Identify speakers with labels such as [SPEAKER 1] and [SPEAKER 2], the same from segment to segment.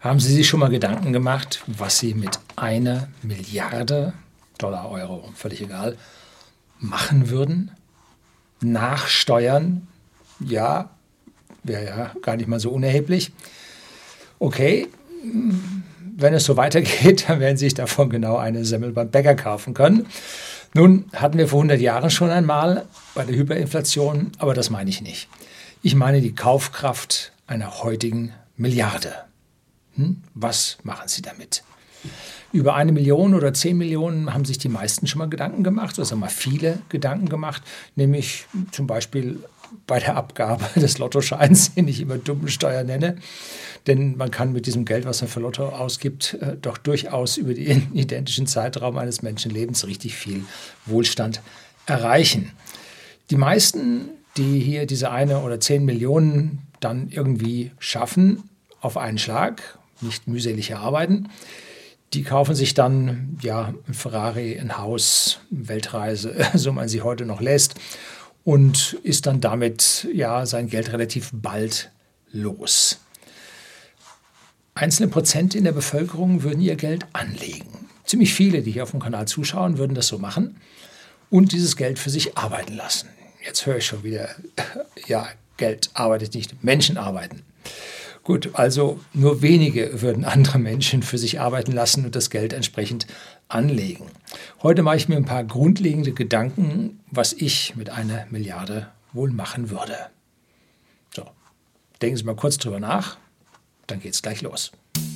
[SPEAKER 1] Haben Sie sich schon mal Gedanken gemacht, was Sie mit 1 Milliarde Dollar, Euro, völlig egal, machen würden? Nachsteuern? Ja, wäre ja gar nicht mal so unerheblich. Okay, wenn es so weitergeht, dann werden Sie sich davon genau eine Semmel beim Bäcker kaufen können. Nun, hatten wir vor 100 Jahren schon einmal bei der Hyperinflation, aber das meine ich nicht. Ich meine die Kaufkraft einer heutigen Milliarde. Was machen Sie damit? Über 1 Million oder 10 Millionen haben sich die meisten schon mal Gedanken gemacht, oder sagen wir mal viele Gedanken gemacht, nämlich zum Beispiel bei der Abgabe des Lottoscheins, den ich immer Dumpensteuer nenne. Denn man kann mit diesem Geld, was man für Lotto ausgibt, doch durchaus über den identischen Zeitraum eines Menschenlebens richtig viel Wohlstand erreichen. Die meisten, die hier diese 1 oder 10 Millionen dann irgendwie schaffen, auf einen Schlag, nicht mühselig erarbeiten, die kaufen sich dann ein Ferrari, ein Haus, eine Weltreise, so man sie heute noch lässt, und ist dann damit sein Geld relativ bald los. Einzelne Prozent in der Bevölkerung würden ihr Geld anlegen. Ziemlich viele, die hier auf dem Kanal zuschauen, würden das so machen und dieses Geld für sich arbeiten lassen. Jetzt höre ich schon wieder, Geld arbeitet nicht, Menschen arbeiten. Gut, also nur wenige würden andere Menschen für sich arbeiten lassen und das Geld entsprechend anlegen. Heute mache ich mir ein paar grundlegende Gedanken, was ich mit 1 Milliarde wohl machen würde. So, denken Sie mal kurz drüber nach, dann geht's gleich los.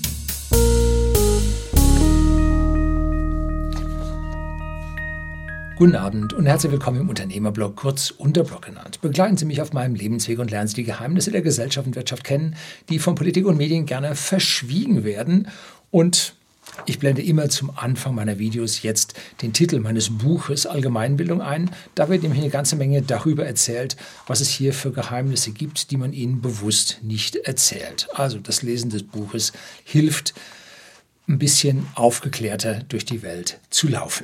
[SPEAKER 1] Guten Abend und herzlich willkommen im Unternehmerblog, kurz Unterblog genannt. Begleiten Sie mich auf meinem Lebensweg und lernen Sie die Geheimnisse der Gesellschaft und Wirtschaft kennen, die von Politik und Medien gerne verschwiegen werden. Und ich blende immer zum Anfang meiner Videos jetzt den Titel meines Buches Allgemeinbildung ein. Da wird nämlich eine ganze Menge darüber erzählt, was es hier für Geheimnisse gibt, die man Ihnen bewusst nicht erzählt. Also das Lesen des Buches hilft, ein bisschen aufgeklärter durch die Welt zu laufen.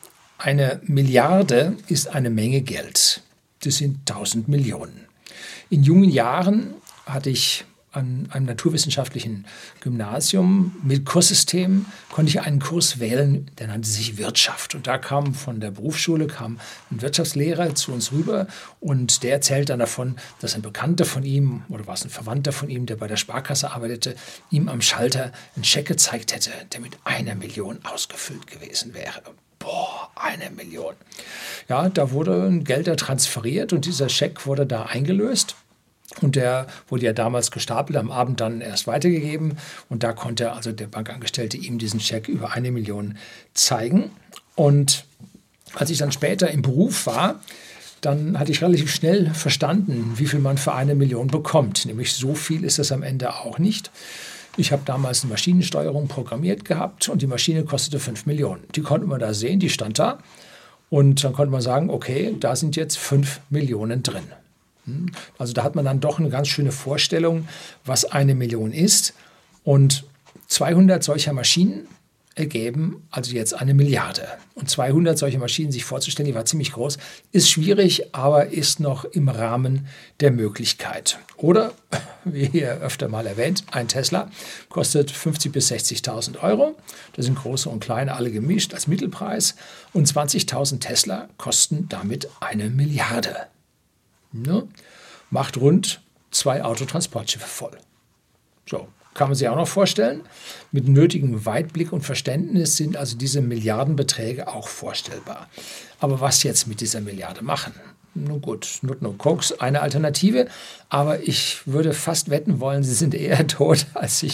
[SPEAKER 1] 1 Milliarde ist eine Menge Geld. Das sind 1000 Millionen. In jungen Jahren hatte ich an einem naturwissenschaftlichen Gymnasium mit Kurssystem, konnte ich einen Kurs wählen, der nannte sich Wirtschaft. Und da kam von der Berufsschule ein Wirtschaftslehrer zu uns rüber und der erzählt dann davon, dass ein Bekannter von ihm, oder war es ein Verwandter von ihm, der bei der Sparkasse arbeitete, ihm am Schalter einen Scheck gezeigt hätte, der mit 1 Million ausgefüllt gewesen wäre. 1 Million. Ja, da wurde ein Gelder transferiert und dieser Scheck wurde da eingelöst. Und der wurde ja damals gestapelt, am Abend dann erst weitergegeben. Und da konnte also der Bankangestellte ihm diesen Scheck über 1 Million zeigen. Und als ich dann später im Beruf war, dann hatte ich relativ schnell verstanden, wie viel man für 1 Million bekommt. Nämlich so viel ist das am Ende auch nicht. Ich habe damals eine Maschinensteuerung programmiert gehabt und die Maschine kostete 5 Millionen. Die konnte man da sehen, die stand da. Und dann konnte man sagen, okay, da sind jetzt 5 Millionen drin. Also da hat man dann doch eine ganz schöne Vorstellung, was 1 Million ist. Und 200 solcher Maschinen ergeben also jetzt 1 Milliarde. Und 200 solcher Maschinen sich vorzustellen, die war ziemlich groß, ist schwierig, aber ist noch im Rahmen der Möglichkeit. Oder, wie hier öfter mal erwähnt, ein Tesla kostet 50.000 bis 60.000 Euro. Das sind große und kleine, alle gemischt als Mittelpreis. Und 20.000 Tesla kosten damit 1 Milliarde. Ne? Macht rund 2 Autotransportschiffe voll. So. Kann man sich auch noch vorstellen. Mit nötigem Weitblick und Verständnis sind also diese Milliardenbeträge auch vorstellbar. Aber was jetzt mit dieser Milliarde machen? Nun gut, Nutten und Koks, eine Alternative. Aber ich würde fast wetten wollen, sie sind eher tot, als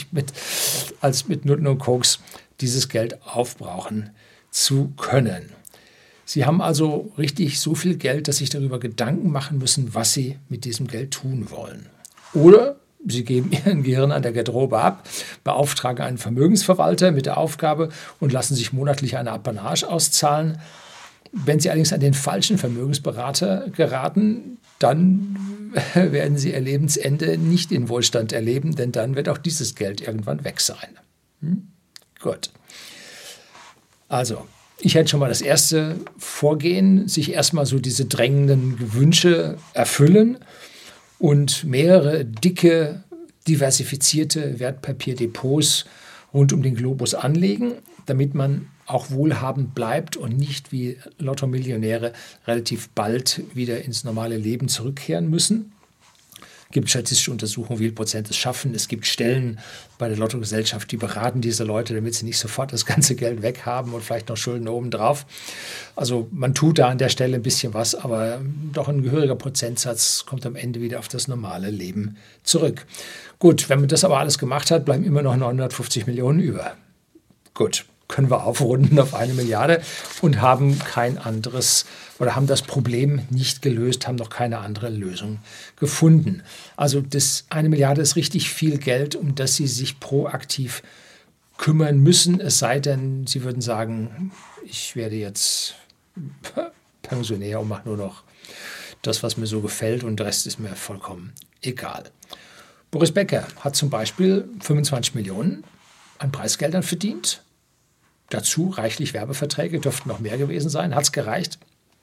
[SPEAKER 1] mit Nutten und Koks dieses Geld aufbrauchen zu können. Sie haben also richtig so viel Geld, dass Sie sich darüber Gedanken machen müssen, was Sie mit diesem Geld tun wollen. Oder Sie geben Ihren Gehirn an der Garderobe ab, beauftragen einen Vermögensverwalter mit der Aufgabe und lassen sich monatlich eine Apanage auszahlen. Wenn Sie allerdings an den falschen Vermögensberater geraten, dann werden Sie Ihr Lebensende nicht in Wohlstand erleben, denn dann wird auch dieses Geld irgendwann weg sein. Gut. Also, ich hätte schon mal das erste Vorgehen, sich erstmal so diese drängenden Wünsche erfüllen und mehrere dicke diversifizierte Wertpapierdepots rund um den Globus anlegen, damit man auch wohlhabend bleibt und nicht wie Lotto-Millionäre relativ bald wieder ins normale Leben zurückkehren müssen. Es gibt statistische Untersuchungen, wie viel Prozent es schaffen. Es gibt Stellen bei der Lottogesellschaft, die beraten diese Leute, damit sie nicht sofort das ganze Geld weghaben und vielleicht noch Schulden obendrauf. Also man tut da an der Stelle ein bisschen was, aber doch ein gehöriger Prozentsatz kommt am Ende wieder auf das normale Leben zurück. Gut, wenn man das aber alles gemacht hat, bleiben immer noch 950 Millionen über. Gut, können wir aufrunden auf 1 Milliarde und haben kein anderes oder haben das Problem nicht gelöst, haben noch keine andere Lösung gefunden. Also das 1 Milliarde ist richtig viel Geld, um das Sie sich proaktiv kümmern müssen, es sei denn, Sie würden sagen, ich werde jetzt Pensionär und mache nur noch das, was mir so gefällt und der Rest ist mir vollkommen egal. Boris Becker hat zum Beispiel 25 Millionen an Preisgeldern verdient. Dazu reichlich Werbeverträge, dürften noch mehr gewesen sein. Hat es gereicht?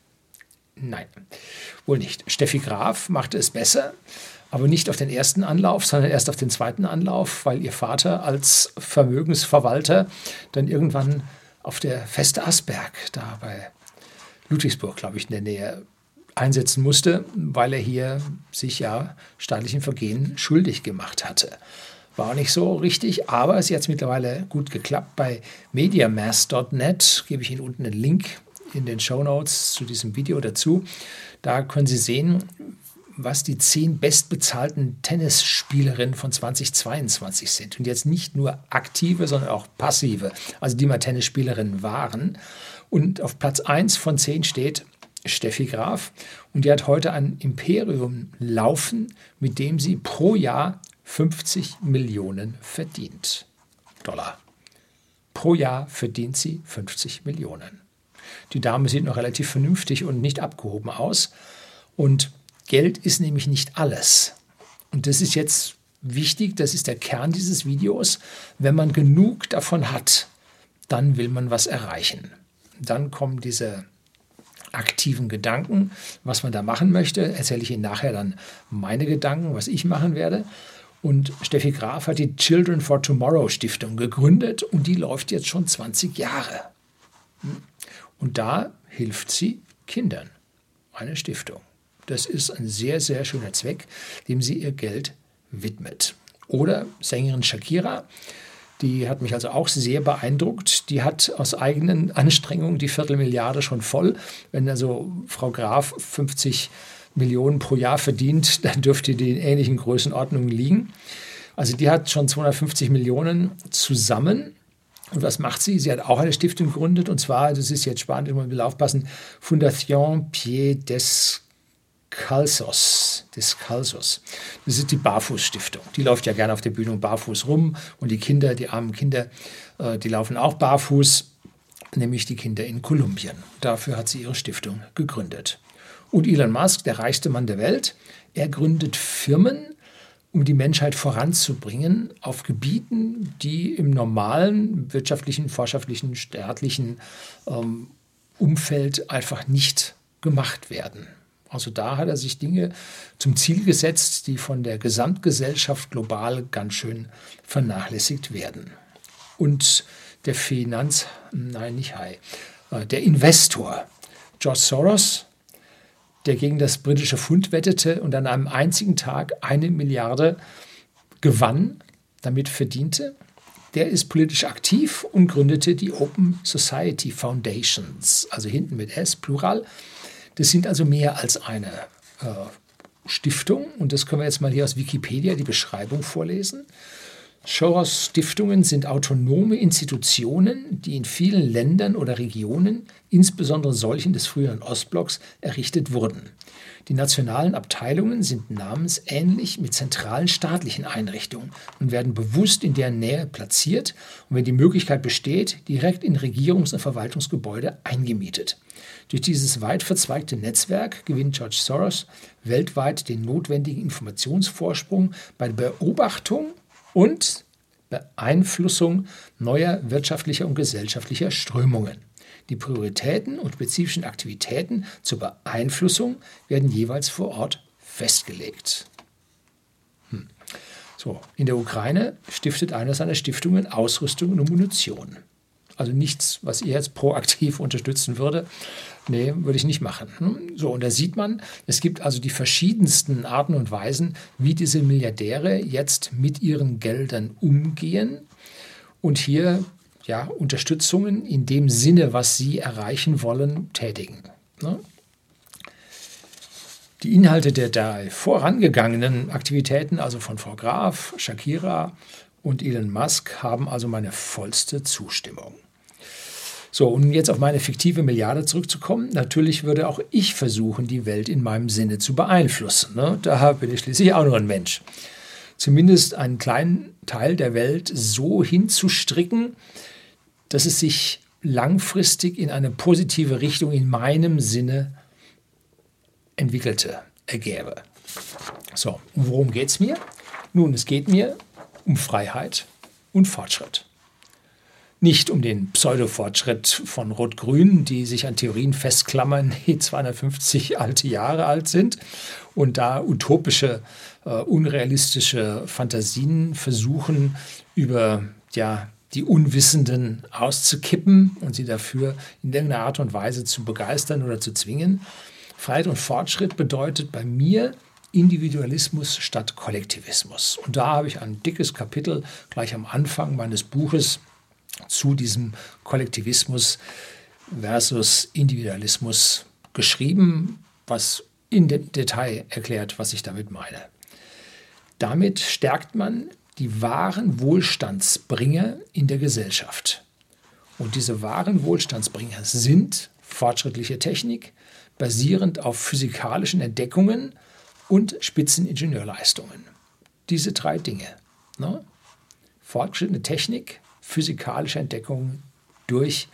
[SPEAKER 1] Nein, wohl nicht. Steffi Graf machte es besser, aber nicht auf den ersten Anlauf, sondern erst auf den zweiten Anlauf, weil ihr Vater als Vermögensverwalter dann irgendwann auf der Feste Asberg, da bei Ludwigsburg, glaube ich, in der Nähe, einsetzen musste, weil er hier sich ja staatlichen Vergehen schuldig gemacht hatte. War auch nicht so richtig, aber sie hat es mittlerweile gut geklappt. Bei mediamass.net gebe ich Ihnen unten einen Link in den Shownotes zu diesem Video dazu. Da können Sie sehen, was die 10 bestbezahlten Tennisspielerinnen von 2022 sind. Und jetzt nicht nur aktive, sondern auch passive, also die mal Tennisspielerinnen waren. Und auf Platz 1 von 10 steht Steffi Graf. Und die hat heute ein Imperium laufen, mit dem sie pro Jahr 50 Millionen verdient. Dollar. Pro Jahr verdient sie 50 Millionen. Die Dame sieht noch relativ vernünftig und nicht abgehoben aus. Und Geld ist nämlich nicht alles. Und das ist jetzt wichtig, das ist der Kern dieses Videos. Wenn man genug davon hat, dann will man was erreichen. Dann kommen diese aktiven Gedanken, was man da machen möchte. Erzähle ich Ihnen nachher dann meine Gedanken, was ich machen werde. Und Steffi Graf hat die Children for Tomorrow Stiftung gegründet und die läuft jetzt schon 20 Jahre. Und da hilft sie Kindern. Eine Stiftung. Das ist ein sehr, sehr schöner Zweck, dem sie ihr Geld widmet. Oder Sängerin Shakira, die hat mich also auch sehr beeindruckt. Die hat aus eigenen Anstrengungen die Viertelmilliarde schon voll. Wenn also Frau Graf 50 Millionen pro Jahr verdient, dann dürfte die in ähnlichen Größenordnungen liegen. Also die hat schon 250 Millionen zusammen. Und was macht sie? Sie hat auch eine Stiftung gegründet. Und zwar, das ist jetzt spannend, man will aufpassen, Fundación Pie Descalzos. Das ist die Barfuß-Stiftung. Die läuft ja gerne auf der Bühne und barfuß rum. Und die Kinder, die armen Kinder, die laufen auch barfuß, nämlich die Kinder in Kolumbien. Dafür hat sie ihre Stiftung gegründet. Und Elon Musk, der reichste Mann der Welt, er gründet Firmen, um die Menschheit voranzubringen auf Gebieten, die im normalen wirtschaftlichen, wirtschaftlichen, staatlichen Umfeld einfach nicht gemacht werden. Also da hat er sich Dinge zum Ziel gesetzt, die von der Gesamtgesellschaft global ganz schön vernachlässigt werden. Und der der Investor George Soros, der gegen das britische Pfund wettete und an einem einzigen Tag 1 Milliarde gewann, damit verdiente, der ist politisch aktiv und gründete die Open Society Foundations, also hinten mit S, Plural. Das sind also mehr als eine Stiftung. Und das können wir jetzt mal hier aus Wikipedia die Beschreibung vorlesen. Soros-Stiftungen sind autonome Institutionen, die in vielen Ländern oder Regionen, insbesondere solchen des früheren Ostblocks, errichtet wurden. Die nationalen Abteilungen sind namensähnlich mit zentralen staatlichen Einrichtungen und werden bewusst in deren Nähe platziert und, wenn die Möglichkeit besteht, direkt in Regierungs- und Verwaltungsgebäude eingemietet. Durch dieses weit verzweigte Netzwerk gewinnt George Soros weltweit den notwendigen Informationsvorsprung bei der Beobachtung und Beeinflussung neuer wirtschaftlicher und gesellschaftlicher Strömungen. Die Prioritäten und spezifischen Aktivitäten zur Beeinflussung werden jeweils vor Ort festgelegt. So, in der Ukraine stiftet einer seiner Stiftungen Ausrüstung und Munition. Also nichts, was ihr jetzt proaktiv unterstützen würde. Nee, würde ich nicht machen. So, und da sieht man, es gibt also die verschiedensten Arten und Weisen, wie diese Milliardäre jetzt mit ihren Geldern umgehen und hier Unterstützungen in dem Sinne, was sie erreichen wollen, tätigen. Die Inhalte der vorangegangenen Aktivitäten, also von Frau Graf, Shakira und Elon Musk, haben also meine vollste Zustimmung. So, um jetzt auf meine fiktive Milliarde zurückzukommen, natürlich würde auch ich versuchen, die Welt in meinem Sinne zu beeinflussen. Da bin ich schließlich auch nur ein Mensch. Zumindest einen kleinen Teil der Welt so hinzustricken, dass es sich langfristig in eine positive Richtung in meinem Sinne ergäbe. So, und worum geht es mir? Nun, es geht mir um Freiheit und Fortschritt. Nicht um den Pseudo-Fortschritt von Rot-Grün, die sich an Theorien festklammern, die 250 alte Jahre alt sind und da utopische, unrealistische Fantasien versuchen, über die Unwissenden auszukippen und sie dafür in irgendeiner Art und Weise zu begeistern oder zu zwingen. Freiheit und Fortschritt bedeutet bei mir Individualismus statt Kollektivismus. Und da habe ich ein dickes Kapitel gleich am Anfang meines Buches zu diesem Kollektivismus versus Individualismus geschrieben, was in Detail erklärt, was ich damit meine. Damit stärkt man die wahren Wohlstandsbringer in der Gesellschaft. Und diese wahren Wohlstandsbringer sind fortschrittliche Technik, basierend auf physikalischen Entdeckungen und Spitzeningenieurleistungen. Diese drei Dinge. Fortschrittliche Technik, physikalische Entdeckungen durch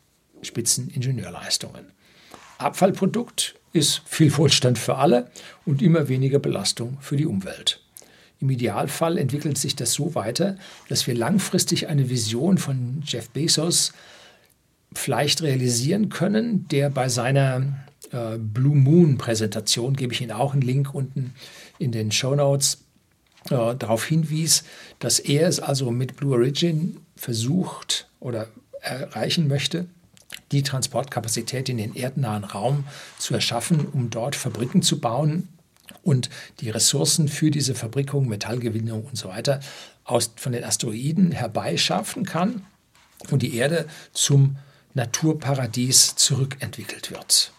[SPEAKER 1] Spitzeningenieurleistungen. Abfallprodukt ist viel Wohlstand für alle und immer weniger Belastung für die Umwelt. Im Idealfall entwickelt sich das so weiter, dass wir langfristig eine Vision von Jeff Bezos vielleicht realisieren können, der bei seiner Blue Moon Präsentation, gebe ich Ihnen auch einen Link unten in den Shownotes, darauf hinwies, dass er es also mit Blue Origin versucht oder erreichen möchte, die Transportkapazität in den erdnahen Raum zu erschaffen, um dort Fabriken zu bauen und die Ressourcen für diese Fabrikung, Metallgewinnung und so weiter von den Asteroiden herbeischaffen kann und die Erde zum Naturparadies zurückentwickelt wird.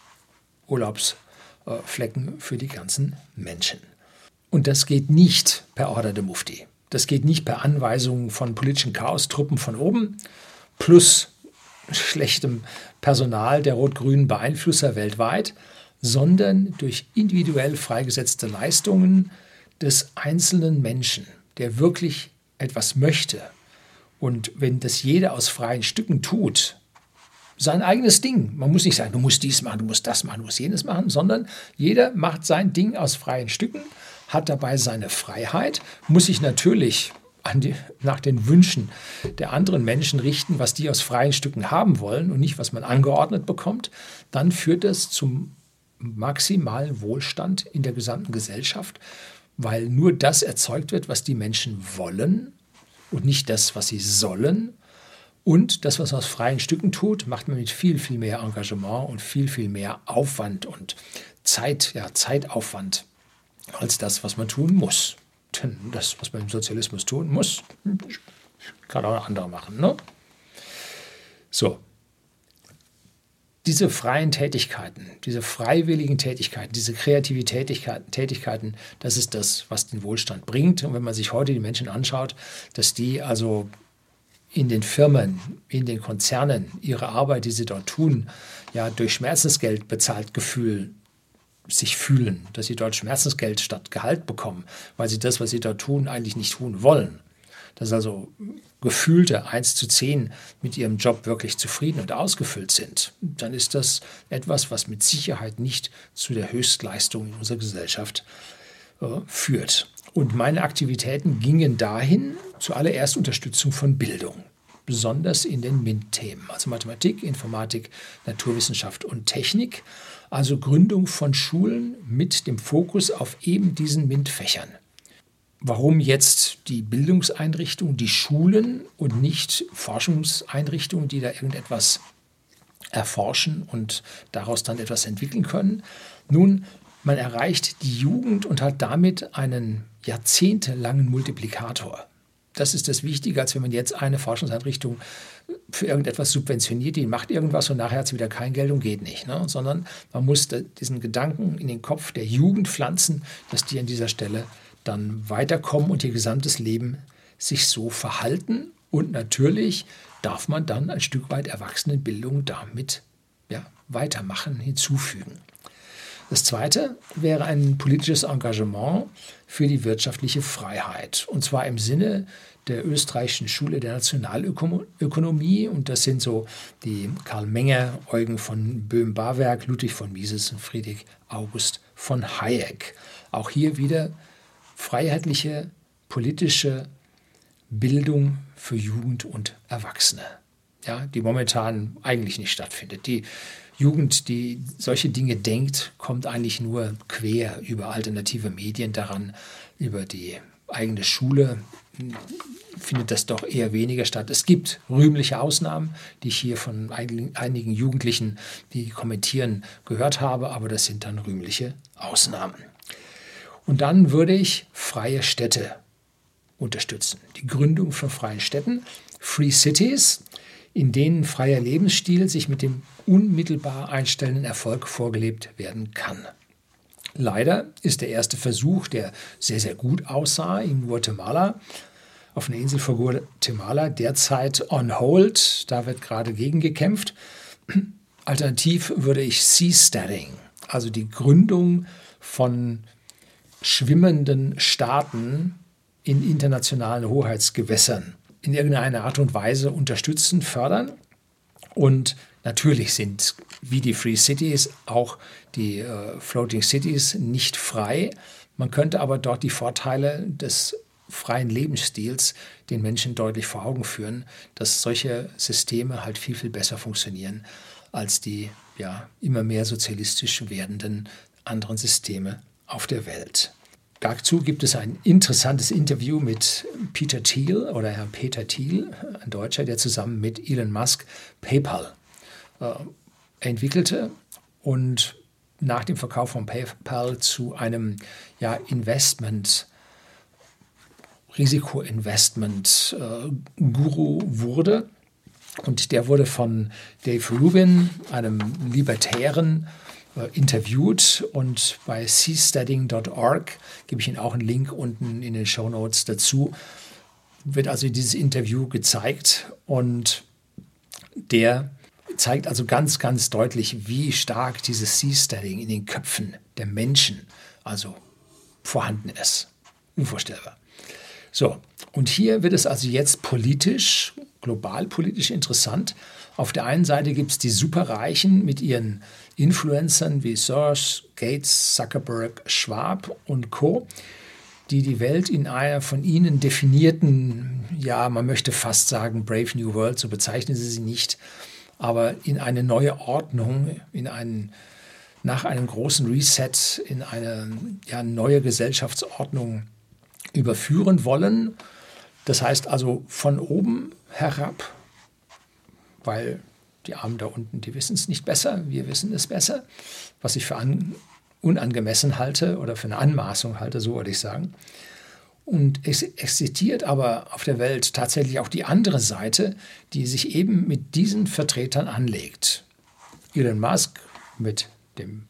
[SPEAKER 1] Urlaubsflecken für die ganzen Menschen. Und das geht nicht per Order de Mufti. Das geht nicht per Anweisung von politischen Chaostruppen von oben plus schlechtem Personal der rot-grünen Beeinflusser weltweit, sondern durch individuell freigesetzte Leistungen des einzelnen Menschen, der wirklich etwas möchte. Und wenn das jeder aus freien Stücken tut, sein eigenes Ding. Man muss nicht sagen, du musst dies machen, du musst das machen, du musst jenes machen, sondern jeder macht sein Ding aus freien Stücken, hat dabei seine Freiheit, muss sich natürlich nach den Wünschen der anderen Menschen richten, was die aus freien Stücken haben wollen und nicht, was man angeordnet bekommt. Dann führt das zum maximalen Wohlstand in der gesamten Gesellschaft, weil nur das erzeugt wird, was die Menschen wollen und nicht das, was sie sollen. Und das, was man aus freien Stücken tut, macht man mit viel, viel mehr Engagement und viel, viel mehr Aufwand und Zeitaufwand als das, was man tun muss. Denn das, was man im Sozialismus tun muss, kann auch ein anderer machen. So. Diese freien Tätigkeiten, diese freiwilligen Tätigkeiten, diese kreativen Tätigkeiten, das ist das, was den Wohlstand bringt. Und wenn man sich heute die Menschen anschaut, dass die also in den Firmen, in den Konzernen ihre Arbeit, die sie dort tun, durch Schmerzensgeld bezahlt sich fühlen, dass sie dort Schmerzensgeld statt Gehalt bekommen, weil sie das, was sie dort tun, eigentlich nicht tun wollen. Dass also gefühlte 1:10 mit ihrem Job wirklich zufrieden und ausgefüllt sind, dann ist das etwas, was mit Sicherheit nicht zu der Höchstleistung in unserer Gesellschaft führt. Und meine Aktivitäten gingen dahin, zuallererst Unterstützung von Bildung, besonders in den MINT-Themen, also Mathematik, Informatik, Naturwissenschaft und Technik, also Gründung von Schulen mit dem Fokus auf eben diesen MINT-Fächern. warum jetzt die Bildungseinrichtungen, die Schulen und nicht Forschungseinrichtungen, die da irgendetwas erforschen und daraus dann etwas entwickeln können. Nun, man erreicht die Jugend und hat damit einen jahrzehntelangen Multiplikator. Das ist das Wichtige, als wenn man jetzt eine Forschungseinrichtung für irgendetwas subventioniert, die macht irgendwas und nachher hat sie wieder kein Geld und geht nicht. Ne? Sondern man muss diesen Gedanken in den Kopf der Jugend pflanzen, dass die an dieser Stelle dann weiterkommen und ihr gesamtes Leben sich so verhalten. Und natürlich darf man dann ein Stück weit Erwachsenenbildung damit weitermachen, hinzufügen. Das Zweite wäre ein politisches Engagement für die wirtschaftliche Freiheit. Und zwar im Sinne der österreichischen Schule der Nationalökonomie. Und das sind so die Karl Menger, Eugen von Böhm-Bawerk, Ludwig von Mises und Friedrich August von Hayek. Auch hier wieder freiheitliche politische Bildung für Jugend und Erwachsene, die momentan eigentlich nicht stattfindet. Die Jugend, die solche Dinge denkt, kommt eigentlich nur quer über alternative Medien daran, über die eigene Schule findet das doch eher weniger statt. Es gibt rühmliche Ausnahmen, die ich hier von einigen Jugendlichen, die kommentieren, gehört habe, aber das sind dann rühmliche Ausnahmen. Und dann würde ich freie Städte unterstützen. Die Gründung von freien Städten, Free Cities, in denen freier Lebensstil sich mit dem unmittelbar einstellenden Erfolg vorgelebt werden kann. Leider ist der erste Versuch, der sehr, sehr gut aussah, in Guatemala, auf einer Insel vor Guatemala, derzeit on hold. Da wird gerade gegen gekämpft. Alternativ würde ich Seasteading, also die Gründung von schwimmenden Staaten in internationalen Hoheitsgewässern in irgendeiner Art und Weise unterstützen, fördern. Und natürlich sind, wie die Free Cities, auch die Floating Cities nicht frei. Man könnte aber dort die Vorteile des freien Lebensstils den Menschen deutlich vor Augen führen, dass solche Systeme halt viel, viel besser funktionieren als die immer mehr sozialistisch werdenden anderen Systeme auf der Welt. Dazu gibt es ein interessantes Interview mit Peter Thiel oder Herrn Peter Thiel, ein Deutscher, der zusammen mit Elon Musk PayPal entwickelte und nach dem Verkauf von PayPal zu einem Risikoinvestment-Guru wurde. Und der wurde von Dave Rubin, einem Libertären, interviewt, und bei seasteading.org gebe ich Ihnen auch einen Link unten in den Shownotes dazu, wird also dieses Interview gezeigt, und der zeigt also ganz, ganz deutlich, wie stark dieses Seasteading in den Köpfen der Menschen also vorhanden ist. Unvorstellbar. So, und hier wird es also jetzt politisch, global politisch interessant. Auf der einen Seite gibt es die Superreichen mit ihren Influencern wie Soros, Gates, Zuckerberg, Schwab und Co., die die Welt in einer von ihnen definierten, man möchte fast sagen Brave New World, so bezeichnen sie nicht, aber in eine neue Ordnung, nach einem großen Reset in eine neue Gesellschaftsordnung überführen wollen. Das heißt also von oben herab, weil die Armen da unten, die wissen es nicht besser, wir wissen es besser, was ich für unangemessen halte oder für eine Anmaßung halte, so würde ich sagen. Und es existiert aber auf der Welt tatsächlich auch die andere Seite, die sich eben mit diesen Vertretern anlegt. Elon Musk mit dem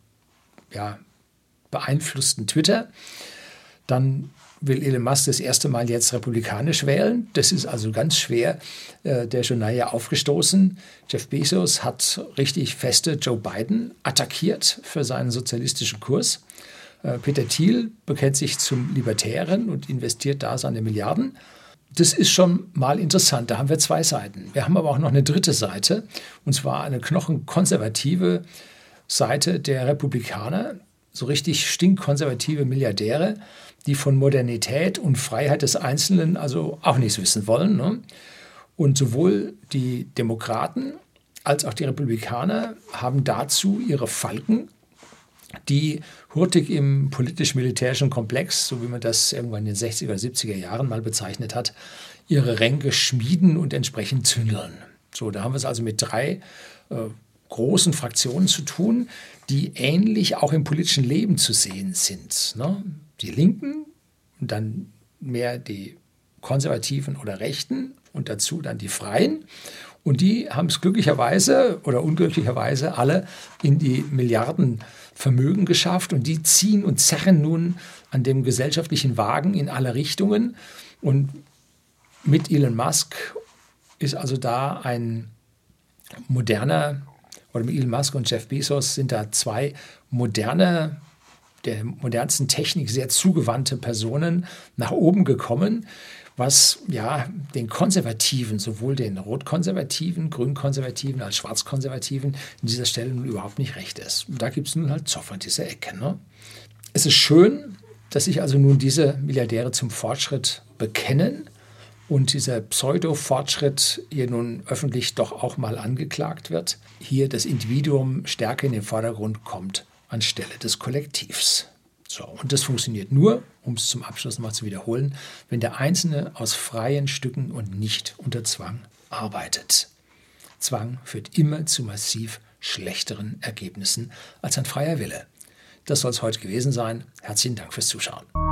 [SPEAKER 1] beeinflussten Twitter, dann will Elon Musk das erste Mal jetzt republikanisch wählen. Das ist also ganz schwer der Journal aufgestoßen. Jeff Bezos hat richtig feste Joe Biden attackiert für seinen sozialistischen Kurs. Peter Thiel bekennt sich zum Libertären und investiert da seine Milliarden. Das ist schon mal interessant. Da haben wir zwei Seiten. Wir haben aber auch noch eine dritte Seite, und zwar eine knochenkonservative Seite der Republikaner, so richtig stinkkonservative Milliardäre, die von Modernität und Freiheit des Einzelnen also auch nichts wissen wollen. Ne? Und sowohl die Demokraten als auch die Republikaner haben dazu ihre Falken die hurtig im politisch-militärischen Komplex, so wie man das irgendwann in den 60er oder 70er Jahren mal bezeichnet hat, ihre Ränke schmieden und entsprechend zündeln. So, da haben wir es also mit drei großen Fraktionen zu tun, die ähnlich auch im politischen Leben zu sehen sind. Ne? Die Linken, dann mehr die Konservativen oder Rechten und dazu dann die Freien. Und die haben es glücklicherweise oder unglücklicherweise alle in die Milliardenvermögen geschafft. Und die ziehen und zerren nun an dem gesellschaftlichen Wagen in alle Richtungen. Und mit Elon Musk ist also da ein moderner, oder mit Elon Musk und Jeff Bezos sind da zwei moderne, der modernsten Technik sehr zugewandte Personen nach oben gekommen, was ja den Konservativen, sowohl den Rotkonservativen, Grünkonservativen als Schwarzkonservativen, an dieser Stelle nun überhaupt nicht recht ist. Und da gibt es nun halt Zoff an dieser Ecke. Ne? Es ist schön, dass sich also nun diese Milliardäre zum Fortschritt bekennen und dieser Pseudo-Fortschritt hier nun öffentlich doch auch mal angeklagt wird. Hier das Individuum stärker in den Vordergrund kommt anstelle des Kollektivs. So, und das funktioniert nur, um es zum Abschluss mal zu wiederholen, wenn der Einzelne aus freien Stücken und nicht unter Zwang arbeitet. Zwang führt immer zu massiv schlechteren Ergebnissen als ein freier Wille. Das soll es heute gewesen sein. Herzlichen Dank fürs Zuschauen.